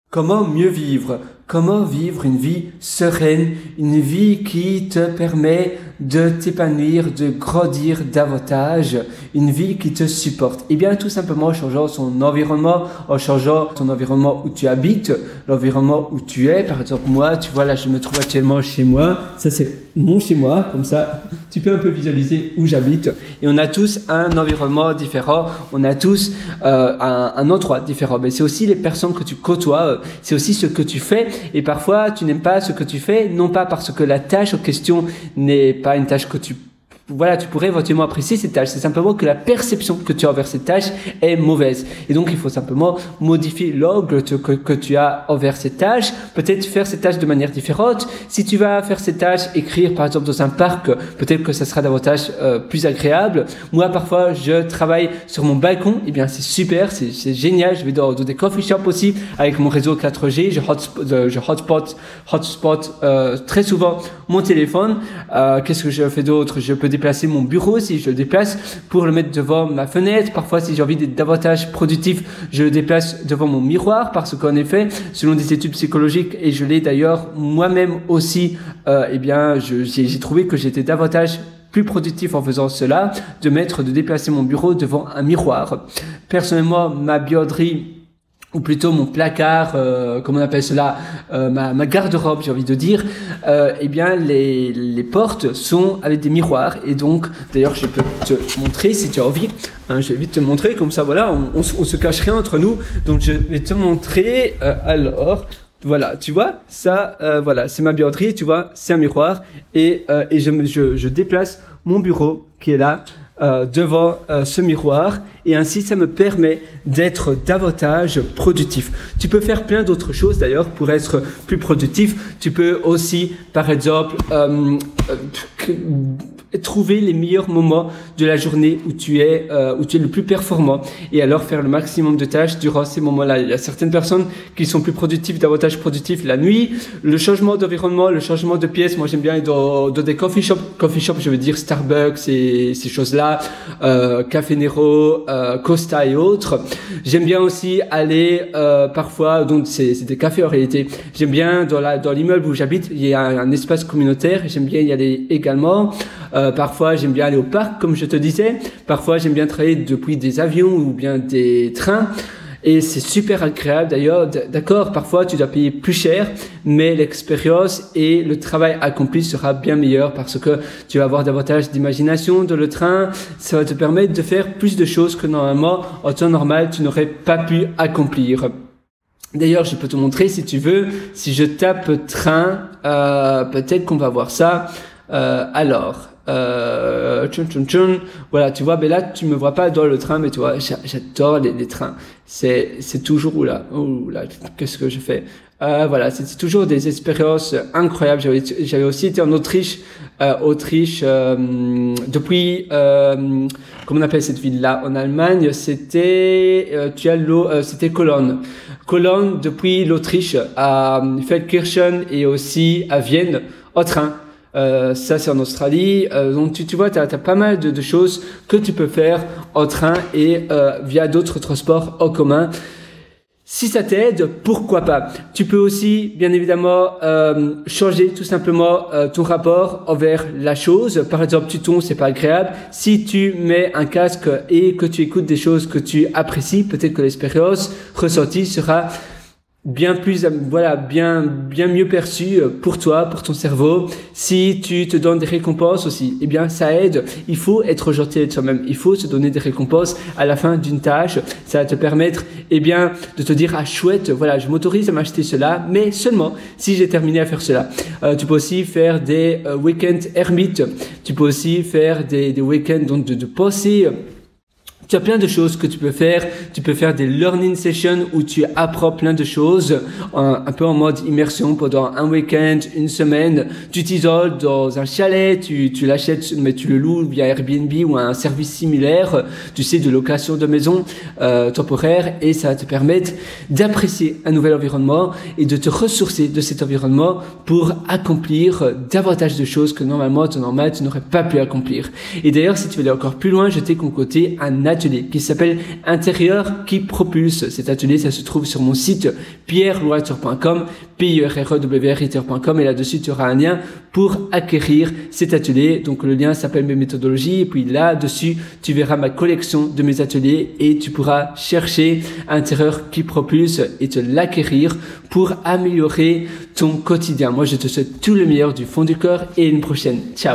Comment mieux vivre? Comment vivre une vie sereine, une vie qui te permet de t'épanouir, de grandir davantage, une vie qui te supporte? Eh bien, tout simplement en changeant son environnement, en changeant ton environnement où tu habites, l'environnement où tu es. Par exemple, moi, tu vois, là, je me trouve actuellement chez moi. Ça, c'est mon chez moi. Comme ça, tu peux un peu visualiser où j'habite. Et on a tous un environnement différent. On a tous un endroit différent. Mais c'est aussi les personnes que tu côtoies. C'est aussi ce que tu fais. Et parfois, tu n'aimes pas ce que tu fais, non pas parce que la tâche en question n'est pas une tâche que tu pourrais éventuellement apprécier cette tâche. C'est simplement que la perception que tu as envers cette tâche est mauvaise. Et donc, il faut simplement modifier l'angle que tu as envers cette tâche. Peut-être faire cette tâche de manière différente. Si tu vas faire cette tâche, écrire par exemple dans un parc, peut-être que ça sera davantage plus agréable. Moi, parfois, je travaille sur mon balcon. Eh bien, c'est super, c'est génial. Je vais dans des coffee shops aussi avec mon réseau 4G. Je hotspot très souvent mon téléphone. Qu'est-ce que je fais d'autre? Je peux déplacer mon bureau si je le déplace pour le mettre devant ma fenêtre. Parfois, si j'ai envie d'être davantage productif, je le déplace devant mon miroir parce qu'en effet, selon des études psychologiques, et je l'ai d'ailleurs moi-même aussi, eh bien, j'ai trouvé que j'étais davantage plus productif en faisant cela, de déplacer mon bureau devant un miroir. Personnellement, ma buanderie, ou plutôt mon placard, comment on appelle cela, ma garde-robe, j'ai envie de dire, eh bien les portes sont avec des miroirs. Et donc, d'ailleurs, je peux te montrer si tu as envie. Hein, je vais vite te montrer, comme ça, voilà, on se cache rien entre nous. Donc, je vais te montrer. Alors, voilà, tu vois, ça, voilà, c'est ma buanderie, tu vois, c'est un miroir. Et je déplace mon bureau qui est là. Devant ce miroir, et ainsi ça me permet d'être davantage productif. Tu peux faire plein d'autres choses d'ailleurs pour être plus productif. Tu peux aussi, par exemple, trouver les meilleurs moments de la journée où tu es le plus performant, et alors faire le maximum de tâches durant ces moments-là. Il y a certaines personnes qui sont plus productives, davantage productives la nuit. Le changement d'environnement, le changement de pièce. Moi, j'aime bien aller dans des coffee shops, je veux dire Starbucks et ces choses-là, Café Nero, Costa et autres. J'aime bien aussi aller parfois, donc c'est des cafés en réalité. J'aime bien dans l'immeuble où j'habite, il y a un espace communautaire. J'aime bien y aller également. Parfois, j'aime bien aller au parc, comme je te disais. Parfois, j'aime bien travailler depuis des avions ou bien des trains. Et c'est super agréable d'ailleurs. D'accord, parfois, tu dois payer plus cher, mais l'expérience et le travail accompli sera bien meilleur parce que tu vas avoir davantage d'imagination dans le train. Ça va te permettre de faire plus de choses que normalement, en temps normal, tu n'aurais pas pu accomplir. D'ailleurs, je peux te montrer si tu veux. Si je tape train, peut-être qu'on va voir ça. Voilà, tu vois, mais là, tu me vois pas dans le train, mais tu vois, j'adore les trains. C'est toujours, oula, qu'est-ce que je fais? Voilà, c'est toujours des expériences incroyables. J'avais aussi été en Autriche, depuis, comment on appelle cette ville-là? En Allemagne, c'était Cologne. Cologne, depuis l'Autriche à Feldkirchen et aussi à Vienne, en train. Ça c'est en Australie, donc tu vois, t'as pas mal de choses que tu peux faire en train et via d'autres transports en commun. Si ça t'aide, pourquoi pas. Tu peux aussi, bien évidemment, changer tout simplement ton rapport envers la chose. Par exemple, tu tombes, c'est pas agréable. Si tu mets un casque et que tu écoutes des choses que tu apprécies, peut-être que l'expérience ressentie sera bien mieux perçu pour toi, pour ton cerveau. Si tu te donnes des récompenses aussi, eh bien, ça aide. Il faut être gentil avec soi-même. Il faut se donner des récompenses à la fin d'une tâche. Ça va te permettre, eh bien, de te dire, ah, chouette, voilà, je m'autorise à m'acheter cela, mais seulement si j'ai terminé à faire cela. Tu peux aussi faire des week-ends ermites. Tu peux aussi faire des week-ends donc de pensée. Tu as plein de choses que tu peux faire. Tu peux faire des learning sessions où tu apprends plein de choses, un peu en mode immersion pendant un week-end, une semaine. Tu t'isoles dans un chalet, tu l'achètes, mais tu le loues via Airbnb ou un service similaire, tu sais, de location de maison temporaire, et ça va te permettre d'apprécier un nouvel environnement et de te ressourcer de cet environnement pour accomplir davantage de choses que normalement, tu n'aurais pas pu accomplir. Et d'ailleurs, si tu veux aller encore plus loin, je t'ai concocté un atelier qui s'appelle Intérieur qui propulse. Cet atelier, ça se trouve sur mon site pierrewriter.com, pierrewriter.com, et là-dessus, tu auras un lien pour acquérir cet atelier. Donc, le lien s'appelle mes méthodologies, et puis là-dessus, tu verras ma collection de mes ateliers et tu pourras chercher Intérieur qui propulse et te l'acquérir pour améliorer ton quotidien. Moi, je te souhaite tout le meilleur du fond du cœur et à une prochaine. Ciao!